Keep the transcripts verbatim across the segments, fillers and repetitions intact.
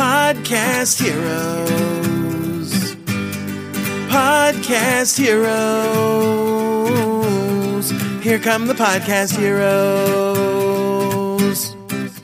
Podcast Heroes. Podcast Heroes. Here come the Podcast Heroes.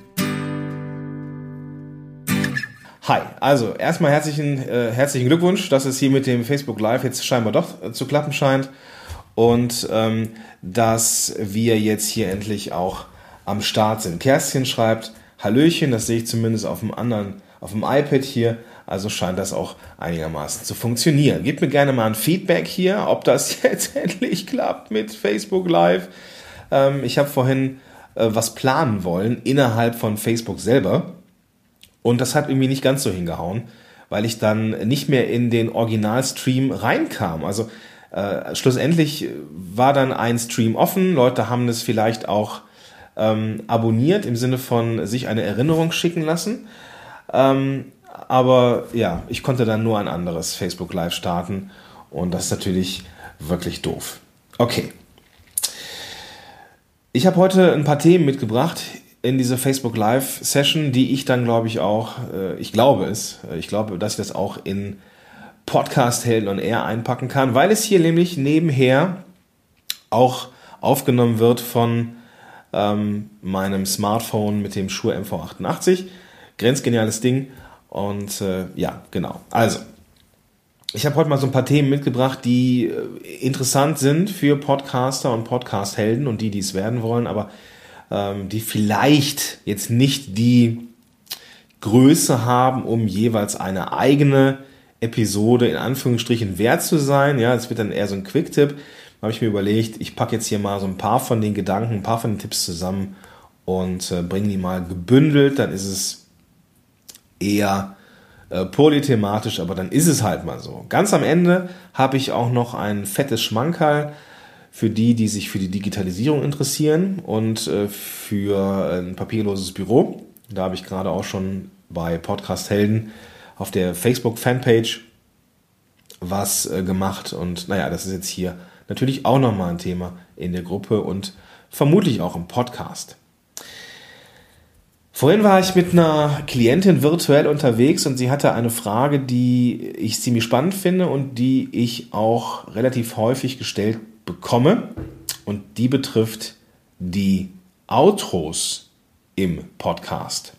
Hi, also erstmal herzlichen, äh, herzlichen Glückwunsch, dass es hier mit dem Facebook Live jetzt scheinbar doch äh, zu klappen scheint und ähm, dass wir jetzt hier endlich auch am Start sind. Kerstin schreibt, Hallöchen, das sehe ich zumindest auf dem anderen, auf dem iPad hier, also scheint das auch einigermaßen zu funktionieren. Gebt mir gerne mal ein Feedback hier, ob das jetzt endlich klappt mit Facebook Live. Ähm, ich habe vorhin äh, was planen wollen innerhalb von Facebook selber. Und das hat irgendwie nicht ganz so hingehauen, weil ich dann nicht mehr in den Originalstream reinkam. Also äh, schlussendlich war dann ein Stream offen. Leute haben es vielleicht auch ähm, abonniert, im Sinne von sich eine Erinnerung schicken lassen. Ähm, aber ja, ich konnte dann nur ein anderes Facebook Live starten. Und das ist natürlich wirklich doof. Okay. Ich habe heute ein paar Themen mitgebracht in diese Facebook Live Session, die ich dann, glaube ich, auch, ich glaube es, ich glaube, dass ich das auch in Podcast Helden on Air einpacken kann, weil es hier nämlich nebenher auch aufgenommen wird von ähm, meinem Smartphone mit dem Shure M V achtundachtzig. Grenzgeniales Ding und äh, ja, genau. Also, ich habe heute mal so ein paar Themen mitgebracht, die äh, interessant sind für Podcaster und Podcast-Helden und die, die es werden wollen, aber die vielleicht jetzt nicht die Größe haben, um jeweils eine eigene Episode in Anführungsstrichen wert zu sein. Ja, es wird dann eher so ein Quick-Tipp. Da habe ich mir überlegt, ich packe jetzt hier mal so ein paar von den Gedanken, ein paar von den Tipps zusammen und äh, bringe die mal gebündelt. Dann ist es eher äh, polythematisch, aber dann ist es halt mal so. Ganz am Ende habe ich auch noch ein fettes Schmankerl für die, die sich für die Digitalisierung interessieren und äh, für ein papierloses Büro. Da habe ich gerade auch schon bei Podcast Helden auf der Facebook-Fanpage was äh, gemacht. Und naja, das ist jetzt hier natürlich auch nochmal ein Thema in der Gruppe und vermutlich auch im Podcast. Vorhin war ich mit einer Klientin virtuell unterwegs und sie hatte eine Frage, die ich ziemlich spannend finde und die ich auch relativ häufig gestellt bekomme, und die betrifft die Outros im Podcast.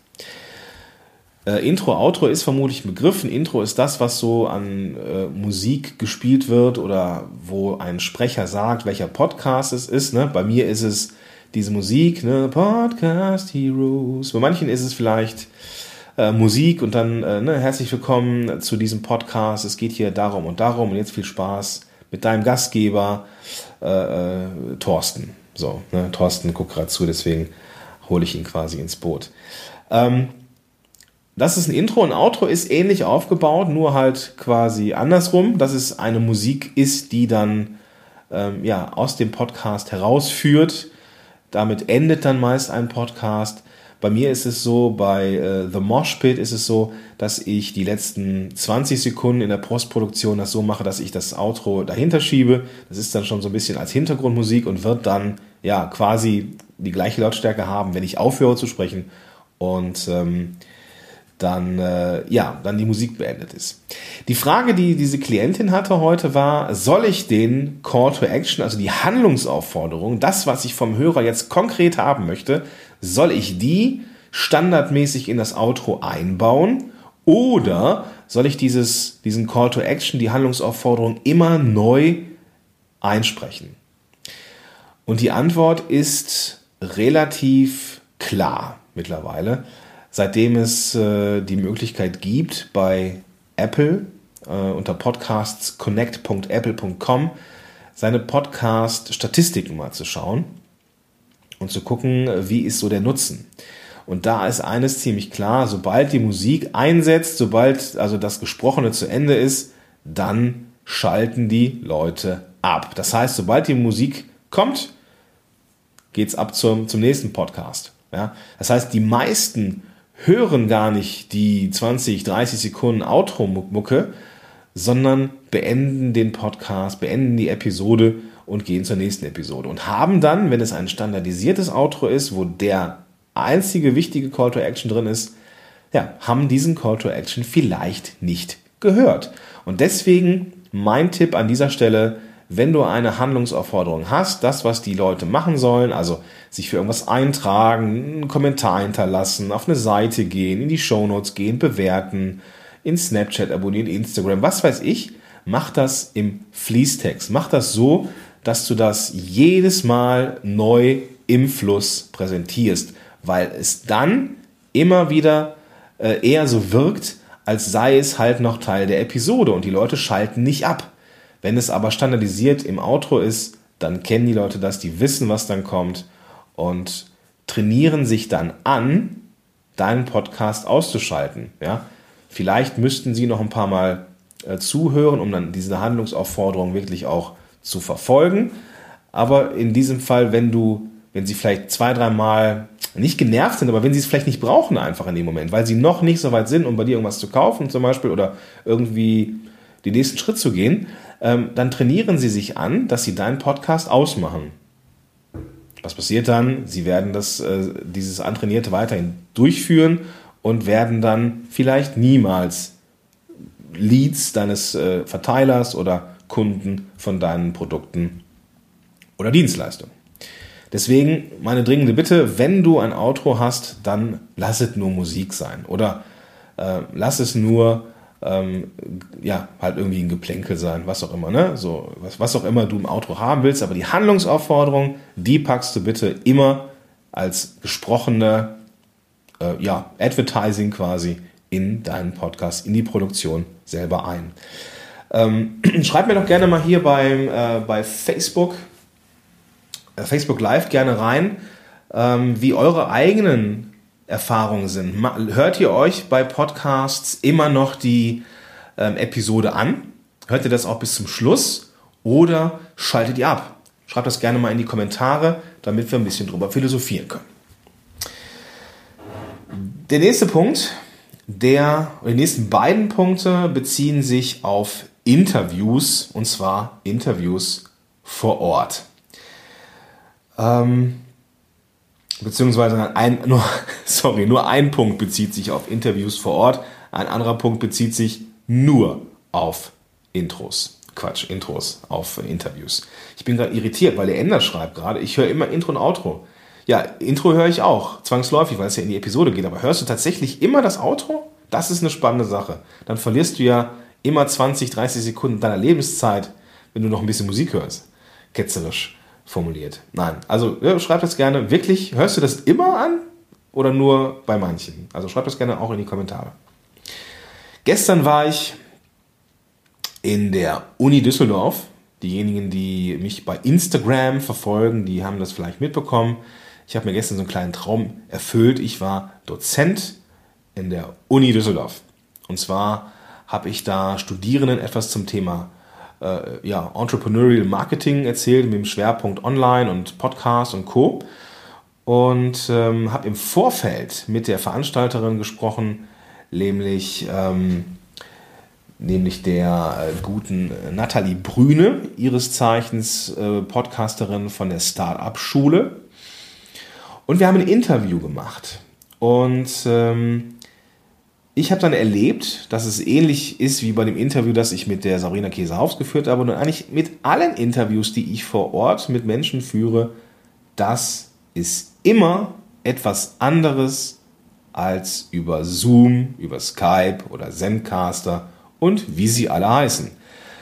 Äh, Intro, Outro ist vermutlich ein Begriff. Ein Intro ist das, was so an äh, Musik gespielt wird oder wo ein Sprecher sagt, welcher Podcast es ist. Ne? Bei mir ist es diese Musik, ne? Podcast Heroes. Bei manchen ist es vielleicht äh, Musik und dann äh, ne? herzlich willkommen zu diesem Podcast. Es geht hier darum und darum und jetzt viel Spaß mit deinem Gastgeber äh, äh, Thorsten. So, ne? Thorsten guckt gerade zu, deswegen hole ich ihn quasi ins Boot. Ähm, das ist ein Intro, ein Outro ist ähnlich aufgebaut, nur halt quasi andersrum, dass es eine Musik ist, die dann ähm, ja, aus dem Podcast herausführt. Damit endet dann meist ein Podcast. Bei mir ist es so, bei äh, The Mosh Pit ist es so, dass ich die letzten zwanzig Sekunden in der Postproduktion das so mache, dass ich das Outro dahinter schiebe. Das ist dann schon so ein bisschen als Hintergrundmusik und wird dann ja quasi die gleiche Lautstärke haben, wenn ich aufhöre zu sprechen und ähm, dann äh, ja dann die Musik beendet ist. Die Frage, die diese Klientin hatte heute war, soll ich den Call to Action, also die Handlungsaufforderung, das, was ich vom Hörer jetzt konkret haben möchte, soll ich die standardmäßig in das Outro einbauen oder soll ich dieses, diesen Call to Action, die Handlungsaufforderung immer neu einsprechen? Und die Antwort ist relativ klar mittlerweile, seitdem es äh, die Möglichkeit gibt, bei Apple äh, unter podcasts connect punkt apple punkt com seine Podcast-Statistiken mal zu schauen und zu gucken, wie ist so der Nutzen. Und da ist eines ziemlich klar, sobald die Musik einsetzt, sobald also das Gesprochene zu Ende ist, dann schalten die Leute ab. Das heißt, sobald die Musik kommt, geht's ab zum, zum nächsten Podcast. Ja? Das heißt, die meisten hören gar nicht die zwanzig, dreißig Sekunden Outro-Mucke, sondern beenden den Podcast, beenden die Episode und gehen zur nächsten Episode und haben dann, wenn es ein standardisiertes Outro ist, wo der einzige wichtige Call to Action drin ist, ja, haben diesen Call to Action vielleicht nicht gehört. Und deswegen mein Tipp an dieser Stelle: Wenn du eine Handlungsaufforderung hast, das, was die Leute machen sollen, also sich für irgendwas eintragen, einen Kommentar hinterlassen, auf eine Seite gehen, in die Shownotes gehen, bewerten, in Snapchat abonnieren, Instagram, was weiß ich, mach das im Fließtext. Mach das so, dass du das jedes Mal neu im Fluss präsentierst, weil es dann immer wieder äh, eher so wirkt, als sei es halt noch Teil der Episode und die Leute schalten nicht ab. Wenn es aber standardisiert im Outro ist, dann kennen die Leute das, die wissen, was dann kommt und trainieren sich dann an, deinen Podcast auszuschalten. Ja? Vielleicht müssten sie noch ein paar Mal äh, zuhören, um dann diese Handlungsaufforderung wirklich auch zu verfolgen. Aber in diesem Fall, wenn du, wenn sie vielleicht zwei, dreimal nicht genervt sind, aber wenn sie es vielleicht nicht brauchen einfach in dem Moment, weil sie noch nicht so weit sind, um bei dir irgendwas zu kaufen zum Beispiel oder irgendwie den nächsten Schritt zu gehen, ähm, dann trainieren sie sich an, dass sie deinen Podcast ausmachen. Was passiert dann? Sie werden das, äh, dieses Antrainierte weiterhin durchführen und werden dann vielleicht niemals Leads deines äh, Verteilers oder Kunden von deinen Produkten oder Dienstleistungen. Deswegen meine dringende Bitte: Wenn du ein Outro hast, dann lass es nur Musik sein oder äh, lass es nur ähm, ja, halt irgendwie ein Geplänkel sein, was auch immer, ne? So, was, was auch immer du im Outro haben willst, aber die Handlungsaufforderung, die packst du bitte immer als gesprochene äh, ja, Advertising quasi in deinen Podcast, in die Produktion selber ein. Ähm, schreib mir doch gerne mal hier beim, äh, bei Facebook, äh, Facebook Live gerne rein, ähm, wie eure eigenen Erfahrungen sind. Hört ihr euch bei Podcasts immer noch die ähm, Episode an? Hört ihr das auch bis zum Schluss oder schaltet ihr ab? Schreibt das gerne mal in die Kommentare, damit wir ein bisschen drüber philosophieren können. Der nächste Punkt, der, die nächsten beiden Punkte beziehen sich auf Interviews, und zwar Interviews vor Ort. Ähm, beziehungsweise ein, nur, sorry, nur ein Punkt bezieht sich auf Interviews vor Ort, ein anderer Punkt bezieht sich nur auf Intros. Quatsch, Intros auf Interviews. Ich bin gerade irritiert, weil der Ender schreibt gerade, ich höre immer Intro und Outro. Ja, Intro höre ich auch, zwangsläufig, weil es ja in die Episode geht. Aber hörst du tatsächlich immer das Outro? Das ist eine spannende Sache. Dann verlierst du ja immer zwanzig, dreißig Sekunden deiner Lebenszeit, wenn du noch ein bisschen Musik hörst. Ketzerisch formuliert. Nein, also ja, schreib das gerne. Wirklich, hörst du das immer an oder nur bei manchen? Also schreib das gerne auch in die Kommentare. Gestern war ich in der Uni Düsseldorf. Diejenigen, die mich bei Instagram verfolgen, die haben das vielleicht mitbekommen. Ich habe mir gestern so einen kleinen Traum erfüllt. Ich war Dozent in der Uni Düsseldorf. Und zwar habe ich da Studierenden etwas zum Thema äh, ja, Entrepreneurial Marketing erzählt, mit dem Schwerpunkt Online und Podcast und Co. Und ähm, habe im Vorfeld mit der Veranstalterin gesprochen, nämlich, ähm, nämlich der äh, guten Nathalie Brüne, ihres Zeichens äh, Podcasterin von der Start-up-Schule. Und wir haben ein Interview gemacht. Und ähm, ich habe dann erlebt, dass es ähnlich ist wie bei dem Interview, das ich mit der Sabrina Käsehaus geführt habe und eigentlich mit allen Interviews, die ich vor Ort mit Menschen führe, das ist immer etwas anderes als über Zoom, über Skype oder Zencaster und wie sie alle heißen.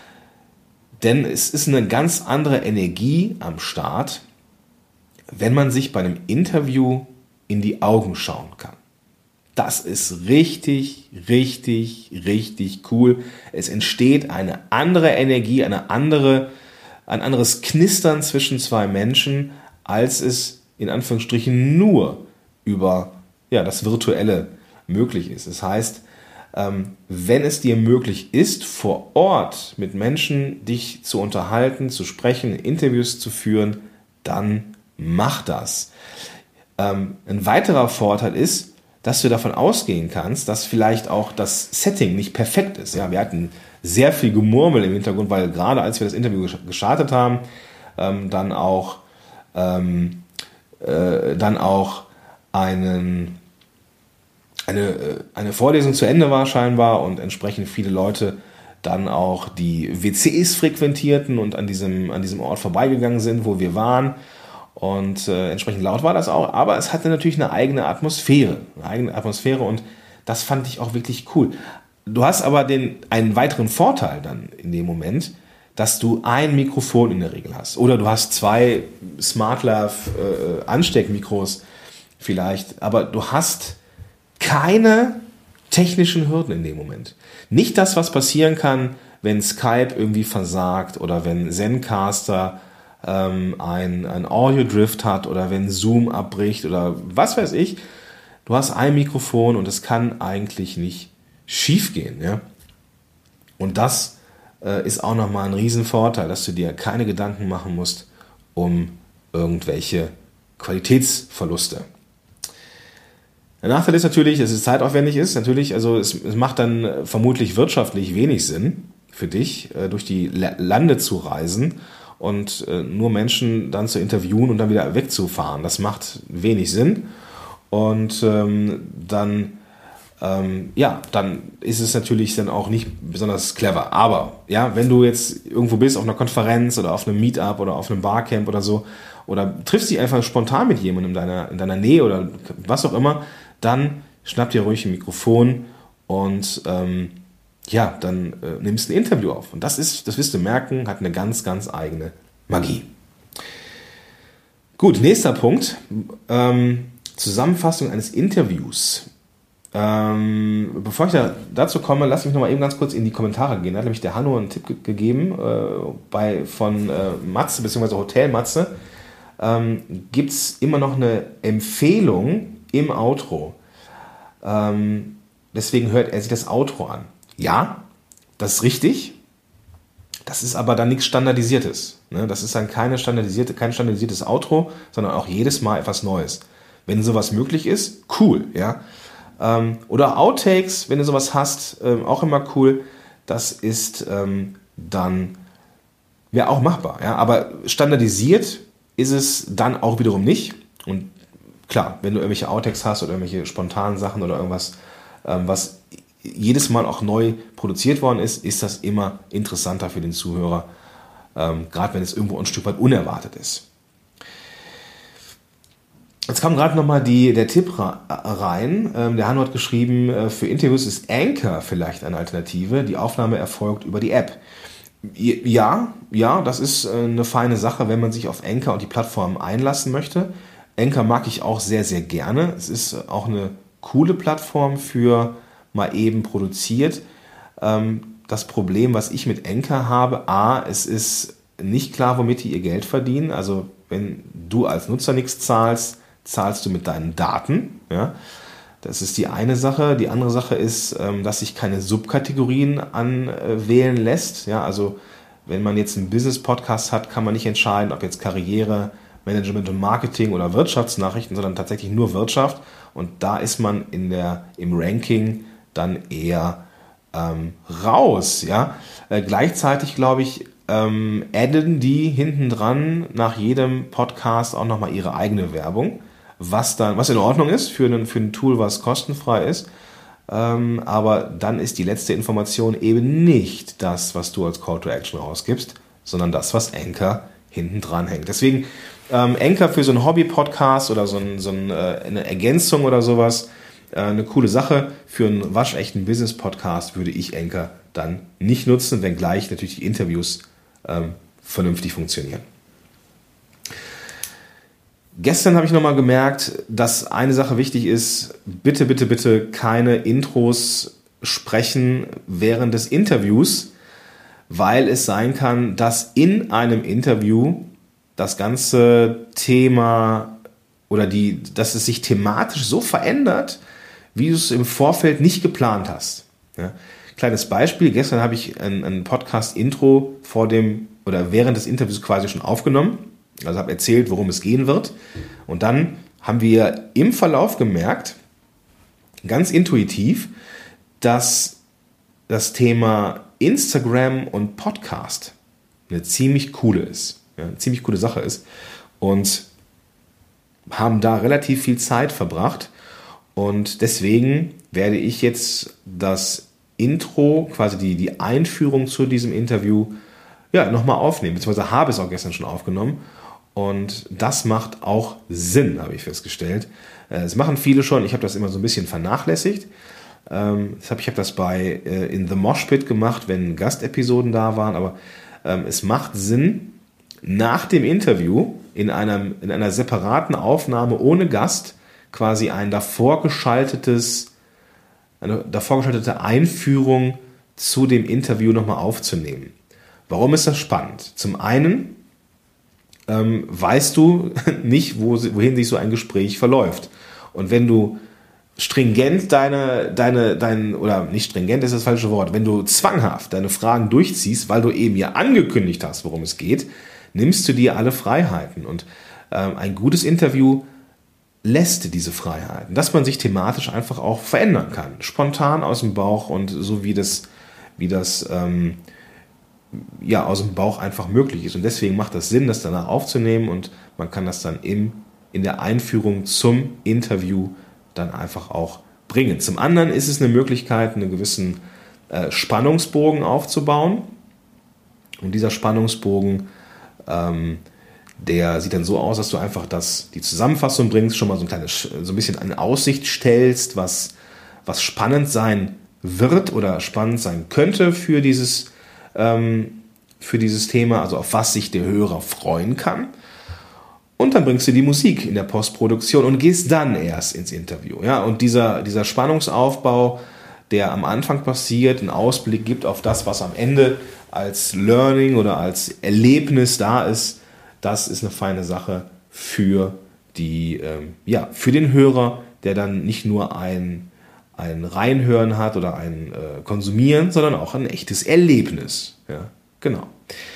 Denn es ist eine ganz andere Energie am Start, wenn man sich bei einem Interview in die Augen schauen kann. Das ist richtig, richtig, richtig cool. Es entsteht eine andere Energie, eine andere, ein anderes Knistern zwischen zwei Menschen, als es in Anführungsstrichen nur über ja, das Virtuelle möglich ist. Das heißt, wenn es dir möglich ist, vor Ort mit Menschen dich zu unterhalten, zu sprechen, Interviews zu führen, dann mach das. Ein weiterer Vorteil ist, dass du davon ausgehen kannst, dass vielleicht auch das Setting nicht perfekt ist. Ja, wir hatten sehr viel Gemurmel im Hintergrund, weil gerade als wir das Interview gestartet haben, ähm, dann auch, ähm, äh, dann auch einen, eine, eine Vorlesung zu Ende war scheinbar und entsprechend viele Leute dann auch die W Cs frequentierten und an diesem, an diesem Ort vorbeigegangen sind, wo wir waren. Und äh, entsprechend laut war das auch, aber es hatte natürlich eine eigene Atmosphäre, eine eigene Atmosphäre und das fand ich auch wirklich cool. Du hast aber den, einen weiteren Vorteil dann in dem Moment, dass du ein Mikrofon in der Regel hast. Oder du hast zwei SmartLav äh, Ansteckmikros vielleicht, aber du hast keine technischen Hürden in dem Moment. Nicht das, was passieren kann, wenn Skype irgendwie versagt oder wenn Zencaster ähm, ein, ein Audio-Drift hat oder wenn Zoom abbricht oder was weiß ich. Du hast ein Mikrofon und es kann eigentlich nicht schief gehen. Ja? Und das äh, ist auch nochmal ein Riesenvorteil, dass du dir keine Gedanken machen musst um irgendwelche Qualitätsverluste. Der Nachteil ist natürlich, dass es zeitaufwendig ist. Natürlich, also es, es macht dann vermutlich wirtschaftlich wenig Sinn für dich, äh, durch die Lande zu reisen und äh, nur Menschen dann zu interviewen und dann wieder wegzufahren. Das macht wenig Sinn. Und ähm, dann, ähm, ja, dann ist es natürlich dann auch nicht besonders clever. Aber ja, wenn du jetzt irgendwo bist auf einer Konferenz oder auf einem Meetup oder auf einem Barcamp oder so oder triffst dich einfach spontan mit jemandem in deiner, in deiner Nähe oder was auch immer, dann schnapp dir ruhig ein Mikrofon und ähm, ja, dann äh, nimmst ein Interview auf. Und das ist, das wirst du merken, hat eine ganz, ganz eigene Magie. Gut, nächster Punkt. Ähm, Zusammenfassung eines Interviews. Ähm, bevor ich da, dazu komme, lass mich noch mal eben ganz kurz in die Kommentare gehen. Da hat nämlich der Hanno einen Tipp ge- gegeben äh, bei, von äh, Matze bzw. Hotel Matze. Ähm, gibt es immer noch eine Empfehlung im Outro. Ähm, deswegen hört er sich das Outro an. Ja, das ist richtig. Das ist aber dann nichts Standardisiertes. Ne? Das ist dann keine standardisierte, kein standardisiertes Outro, sondern auch jedes Mal etwas Neues. Wenn sowas möglich ist, cool. Ja? Ähm, oder Outtakes, wenn du sowas hast, ähm, auch immer cool. Das ist ähm, dann wäre auch machbar. Ja? Aber standardisiert ist es dann auch wiederum nicht. Und klar, wenn du irgendwelche Outtakes hast oder irgendwelche spontanen Sachen oder irgendwas, ähm, was jedes Mal auch neu produziert worden ist, ist das immer interessanter für den Zuhörer, ähm, gerade wenn es irgendwo ein Stück weit unerwartet ist. Jetzt kam gerade nochmal der Tipp rein. Ähm, der Hanno hat geschrieben, äh, für Interviews ist Anchor vielleicht eine Alternative. Die Aufnahme erfolgt über die App. Ja, ja, das ist äh, eine feine Sache, wenn man sich auf Anchor und die Plattform einlassen möchte. Anchor mag ich auch sehr, sehr gerne. Es ist auch eine coole Plattform für mal eben produziert. Ähm, das Problem, was ich mit Anchor habe, a, es ist nicht klar, womit die ihr Geld verdienen. Also wenn du als Nutzer nichts zahlst, zahlst du mit deinen Daten. Ja? Das ist die eine Sache. Die andere Sache ist, ähm, dass sich keine Subkategorien anwählen lässt. Ja? Also wenn man jetzt einen Business-Podcast hat, kann man nicht entscheiden, ob jetzt Karriere, Management und Marketing oder Wirtschaftsnachrichten, sondern tatsächlich nur Wirtschaft. Und da ist man in der, im Ranking dann eher ähm, raus. Ja? Äh, gleichzeitig, glaube ich, ähm, adden die hinten dran nach jedem Podcast auch nochmal ihre eigene Werbung, was dann, was in Ordnung ist für ein, für ein Tool, was kostenfrei ist. Ähm, aber dann ist die letzte Information eben nicht das, was du als Call to Action rausgibst, sondern das, was Anchor hinten dran hängt. Deswegen ähm, Anchor für so einen Hobby-Podcast oder so, ein, so ein, äh, eine Ergänzung oder sowas, äh, eine coole Sache. Für einen waschechten Business-Podcast würde ich Anchor dann nicht nutzen, wenngleich natürlich die Interviews ähm, vernünftig funktionieren. Gestern habe ich nochmal gemerkt, dass eine Sache wichtig ist, bitte, bitte, bitte keine Intros sprechen während des Interviews, weil es sein kann, dass in einem Interview das ganze Thema oder die, dass es sich thematisch so verändert, wie du es im Vorfeld nicht geplant hast. Ja. Kleines Beispiel, gestern habe ich ein, ein Podcast-Intro vor dem oder während des Interviews quasi schon aufgenommen, also habe erzählt, worum es gehen wird und dann haben wir im Verlauf gemerkt, ganz intuitiv, dass das Thema Instagram und Podcast eine ziemlich coole ist, ja, eine ziemlich coole Sache ist und haben da relativ viel Zeit verbracht und deswegen werde ich jetzt das Intro, quasi die, die Einführung zu diesem Interview, ja, nochmal aufnehmen, beziehungsweise habe es auch gestern schon aufgenommen. Und das macht auch Sinn, habe ich festgestellt. Es machen viele schon, ich habe das immer so ein bisschen vernachlässigt. Ich habe das bei In the Mosh Pit gemacht, wenn Gastepisoden da waren, aber es macht Sinn, nach dem Interview in, einem, in einer separaten Aufnahme ohne Gast quasi ein davor geschaltetes, eine davor geschaltete Einführung zu dem Interview nochmal aufzunehmen. Warum ist das spannend? Zum einen ähm, weißt du nicht, wo, wohin sich so ein Gespräch verläuft. Und wenn du stringent deine, deine, dein, oder nicht stringent ist das falsche Wort, wenn du zwanghaft deine Fragen durchziehst, weil du eben ja angekündigt hast, worum es geht, nimmst du dir alle Freiheiten. Und ähm, ein gutes Interview lässt diese Freiheiten, dass man sich thematisch einfach auch verändern kann. Spontan aus dem Bauch und so wie das, wie das ähm, ja, aus dem Bauch einfach möglich ist. Und deswegen macht das Sinn, das danach aufzunehmen und man kann das dann im, in der Einführung zum Interview dann einfach auch bringen. Zum anderen ist es eine Möglichkeit, einen gewissen äh, Spannungsbogen aufzubauen. Und dieser Spannungsbogen, ähm, der sieht dann so aus, dass du einfach das, die Zusammenfassung bringst, schon mal so ein kleines, so ein bisschen in Aussicht stellst, was, was spannend sein wird oder spannend sein könnte für dieses, ähm, für dieses Thema, also auf was sich der Hörer freuen kann. Und dann bringst du die Musik in der Postproduktion und gehst dann erst ins Interview. Ja? Und dieser, dieser Spannungsaufbau, der am Anfang passiert, einen Ausblick gibt auf das, was am Ende als Learning oder als Erlebnis da ist, das ist eine feine Sache für, die, ähm, ja, für den Hörer, der dann nicht nur ein, ein Reinhören hat oder ein äh, Konsumieren, sondern auch ein echtes Erlebnis. Ja? Genau.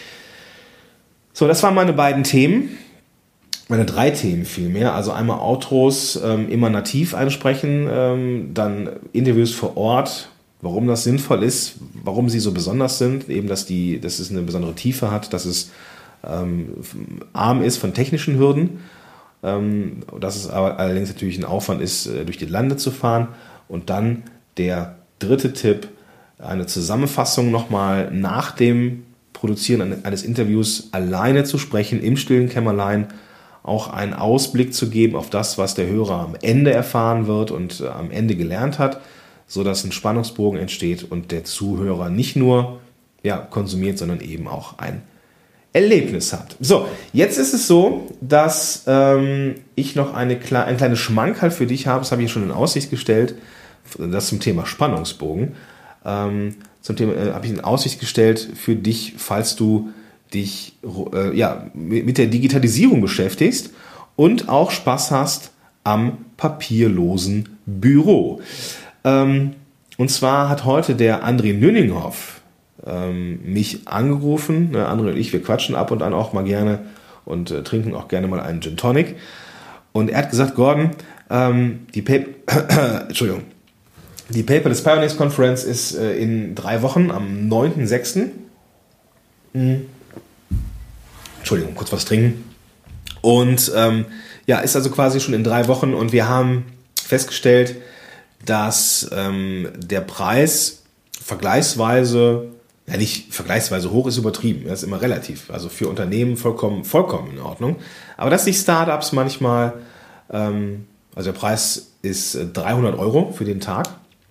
So, das waren meine beiden Themen. Meine drei Themen vielmehr, also einmal Outros ähm, immer nativ einsprechen, ähm, dann Interviews vor Ort, warum das sinnvoll ist, warum sie so besonders sind, eben dass, die, dass es eine besondere Tiefe hat, dass es ähm, arm ist von technischen Hürden, ähm, dass es aber allerdings natürlich ein Aufwand ist, äh, durch die Lande zu fahren. Und dann der dritte Tipp, eine Zusammenfassung nochmal nach dem Produzieren eines Interviews alleine zu sprechen, im stillen Kämmerlein, auch einen Ausblick zu geben auf das, was der Hörer am Ende erfahren wird und äh, am Ende gelernt hat, sodass ein Spannungsbogen entsteht und der Zuhörer nicht nur ja, konsumiert, sondern eben auch ein Erlebnis hat. So, jetzt ist es so, dass ähm, ich noch eine kle- ein kleines Schmankerl für dich habe, das habe ich schon in Aussicht gestellt, das zum Thema Spannungsbogen. Ähm, zum Thema äh, habe ich in Aussicht gestellt für dich, falls du dich äh, ja, mit der Digitalisierung beschäftigst und auch Spaß hast am papierlosen Büro. Ähm, und zwar hat heute der André Nüninghoff ähm, mich angerufen. Ne, André und ich, wir quatschen ab und an auch mal gerne und äh, trinken auch gerne mal einen Gin Tonic. Und er hat gesagt, Gordon, ähm, die, Pap- Entschuldigung, die Paperless Pioneers Conference ist äh, in drei Wochen am neunten sechsten Mhm. Entschuldigung, kurz was trinken. Und ähm, ja, ist also quasi schon in drei Wochen und wir haben festgestellt, dass ähm, der Preis vergleichsweise, ja nicht vergleichsweise hoch ist übertrieben, das ist immer relativ, also für Unternehmen vollkommen, vollkommen in Ordnung, aber dass die Startups manchmal, ähm, also der Preis ist dreihundert Euro für den Tag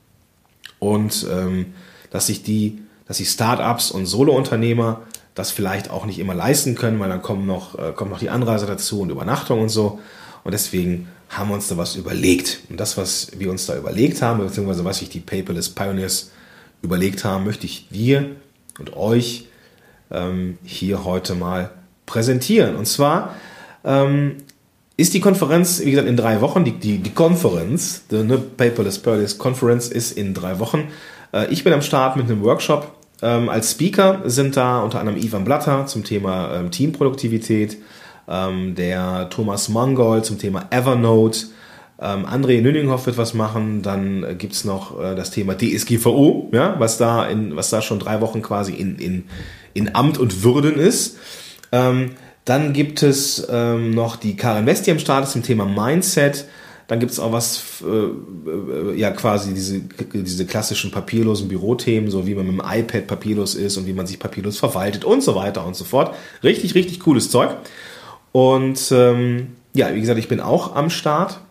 und ähm, dass sich die, dass die Startups und Solo-Unternehmer das vielleicht auch nicht immer leisten können, weil dann kommen noch, äh, kommt noch die Anreise dazu und Übernachtung und so. Und deswegen haben wir uns da was überlegt. Und das, was wir uns da überlegt haben, beziehungsweise was sich die Paperless Pioneers überlegt haben, möchte ich dir und euch ähm, hier heute mal präsentieren. Und zwar ähm, ist die Konferenz, wie gesagt, in drei Wochen. Die, die, die Konferenz, die ne, Paperless Pioneers Conference ist in drei Wochen. Äh, ich bin am Start mit einem Workshop. Ähm, als Speaker sind da unter anderem Ivan Blatter zum Thema ähm, Teamproduktivität, ähm, der Thomas Mangold zum Thema Evernote, ähm, André Nüninghoff wird was machen, dann äh, gibt es noch äh, das Thema D S G V O, ja, was da in, was da schon drei Wochen quasi in, in, in Amt und Würden ist. Ähm, dann gibt es ähm, noch die Karin Westi am Start zum Thema Mindset. Dann gibt es auch was, äh, ja quasi diese, diese klassischen papierlosen Bürothemen, so wie man mit dem iPad papierlos ist und wie man sich papierlos verwaltet und so weiter und so fort. Richtig, richtig cooles Zeug. Und ähm, ja, wie gesagt, ich bin auch am Start.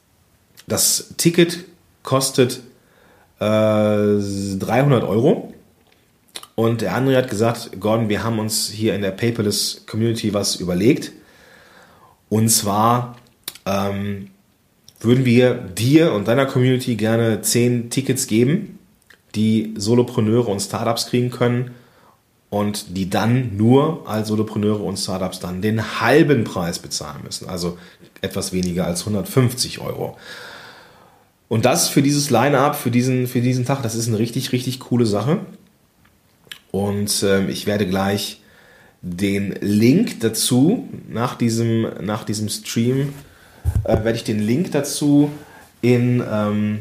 Das Ticket kostet äh, dreihundert Euro. Und der André hat gesagt, Gordon, wir haben uns hier in der Paperless Community was überlegt. Und zwar ähm, würden wir dir und deiner Community gerne zehn Tickets geben, die Solopreneure und Startups kriegen können und die dann nur als Solopreneure und Startups dann den halben Preis bezahlen müssen. Also etwas weniger als hundertfünfzig Euro. Und das für dieses Line-Up, für diesen, für diesen Tag, das ist eine richtig, richtig coole Sache. Und ähm, ich werde gleich den Link dazu, nach diesem, nach diesem Stream, äh, werde ich den Link dazu in ähm,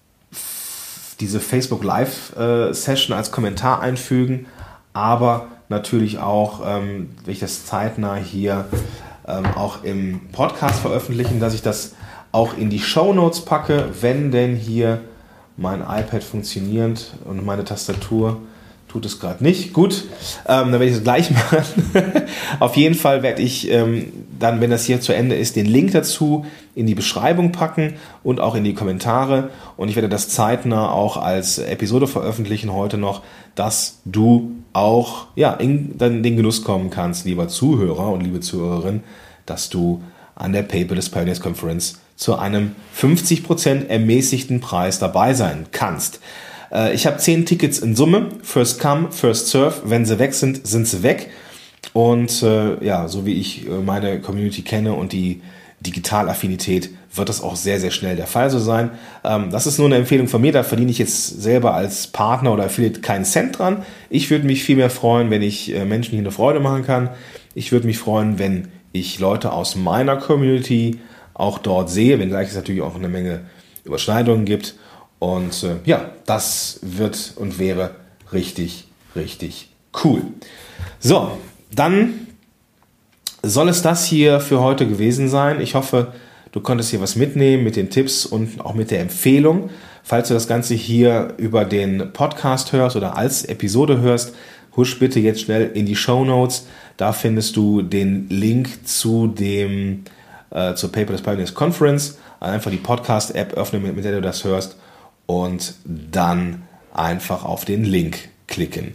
f- diese Facebook Live äh, Session als Kommentar einfügen, aber natürlich auch, ähm, wenn ich das zeitnah hier ähm, auch im Podcast veröffentlichen, dass ich das auch in die Shownotes packe, wenn denn hier mein iPad funktioniert und meine Tastatur tut es gerade nicht. Gut, ähm, dann werde ich es gleich machen. Auf jeden Fall werde ich ähm, dann, wenn das hier zu Ende ist, den Link dazu in die Beschreibung packen und auch in die Kommentare. Und ich werde das zeitnah auch als Episode veröffentlichen heute noch, dass du auch ja, in dann den Genuss kommen kannst, lieber Zuhörer und liebe Zuhörerin, dass du an der Paperless Pioneers Conference zu einem fünfzig Prozent ermäßigten Preis dabei sein kannst. Ich habe zehn Tickets in Summe. First come, first serve. Wenn sie weg sind, sind sie weg. Und äh, ja, so wie ich meine Community kenne und die Digitalaffinität, wird das auch sehr, sehr schnell der Fall so sein. Ähm, das ist nur eine Empfehlung von mir. Da verdiene ich jetzt selber als Partner oder Affiliate keinen Cent dran. Ich würde mich viel mehr freuen, wenn ich äh, Menschen hier eine Freude machen kann. Ich würde mich freuen, wenn ich Leute aus meiner Community auch dort sehe, wenngleich es natürlich auch eine Menge Überschneidungen gibt. Und äh, ja, das wird und wäre richtig, richtig cool. So, dann soll es das hier für heute gewesen sein. Ich hoffe, du konntest hier was mitnehmen mit den Tipps und auch mit der Empfehlung. Falls du das Ganze hier über den Podcast hörst oder als Episode hörst, husch bitte jetzt schnell in die Shownotes. Da findest du den Link zu dem äh, zur Paperless Pioneers Conference. Einfach die Podcast-App öffnen, mit, mit der du das hörst. Und dann einfach auf den Link klicken.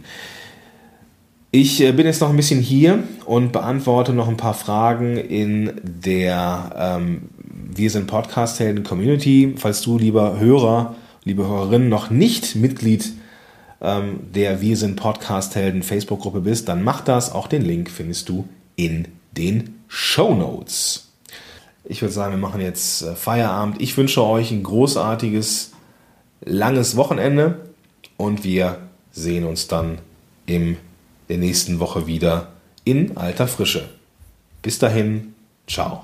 Ich bin jetzt noch ein bisschen hier und beantworte noch ein paar Fragen in der ähm, Wir sind Podcast-Helden Community. Falls du, lieber Hörer, liebe Hörerin, noch nicht Mitglied ähm, der Wir sind Podcast-Helden Facebook-Gruppe bist, dann mach das. Auch den Link findest du in den Shownotes. Ich würde sagen, wir machen jetzt äh, Feierabend. Ich wünsche euch ein großartiges langes Wochenende und wir sehen uns dann in der nächsten Woche wieder in alter Frische. Bis dahin, ciao.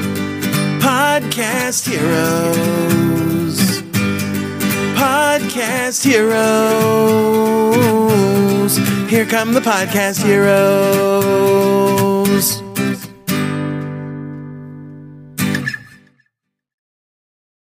Podcast Heroes. Podcast Heroes. Here come the Podcast Heroes.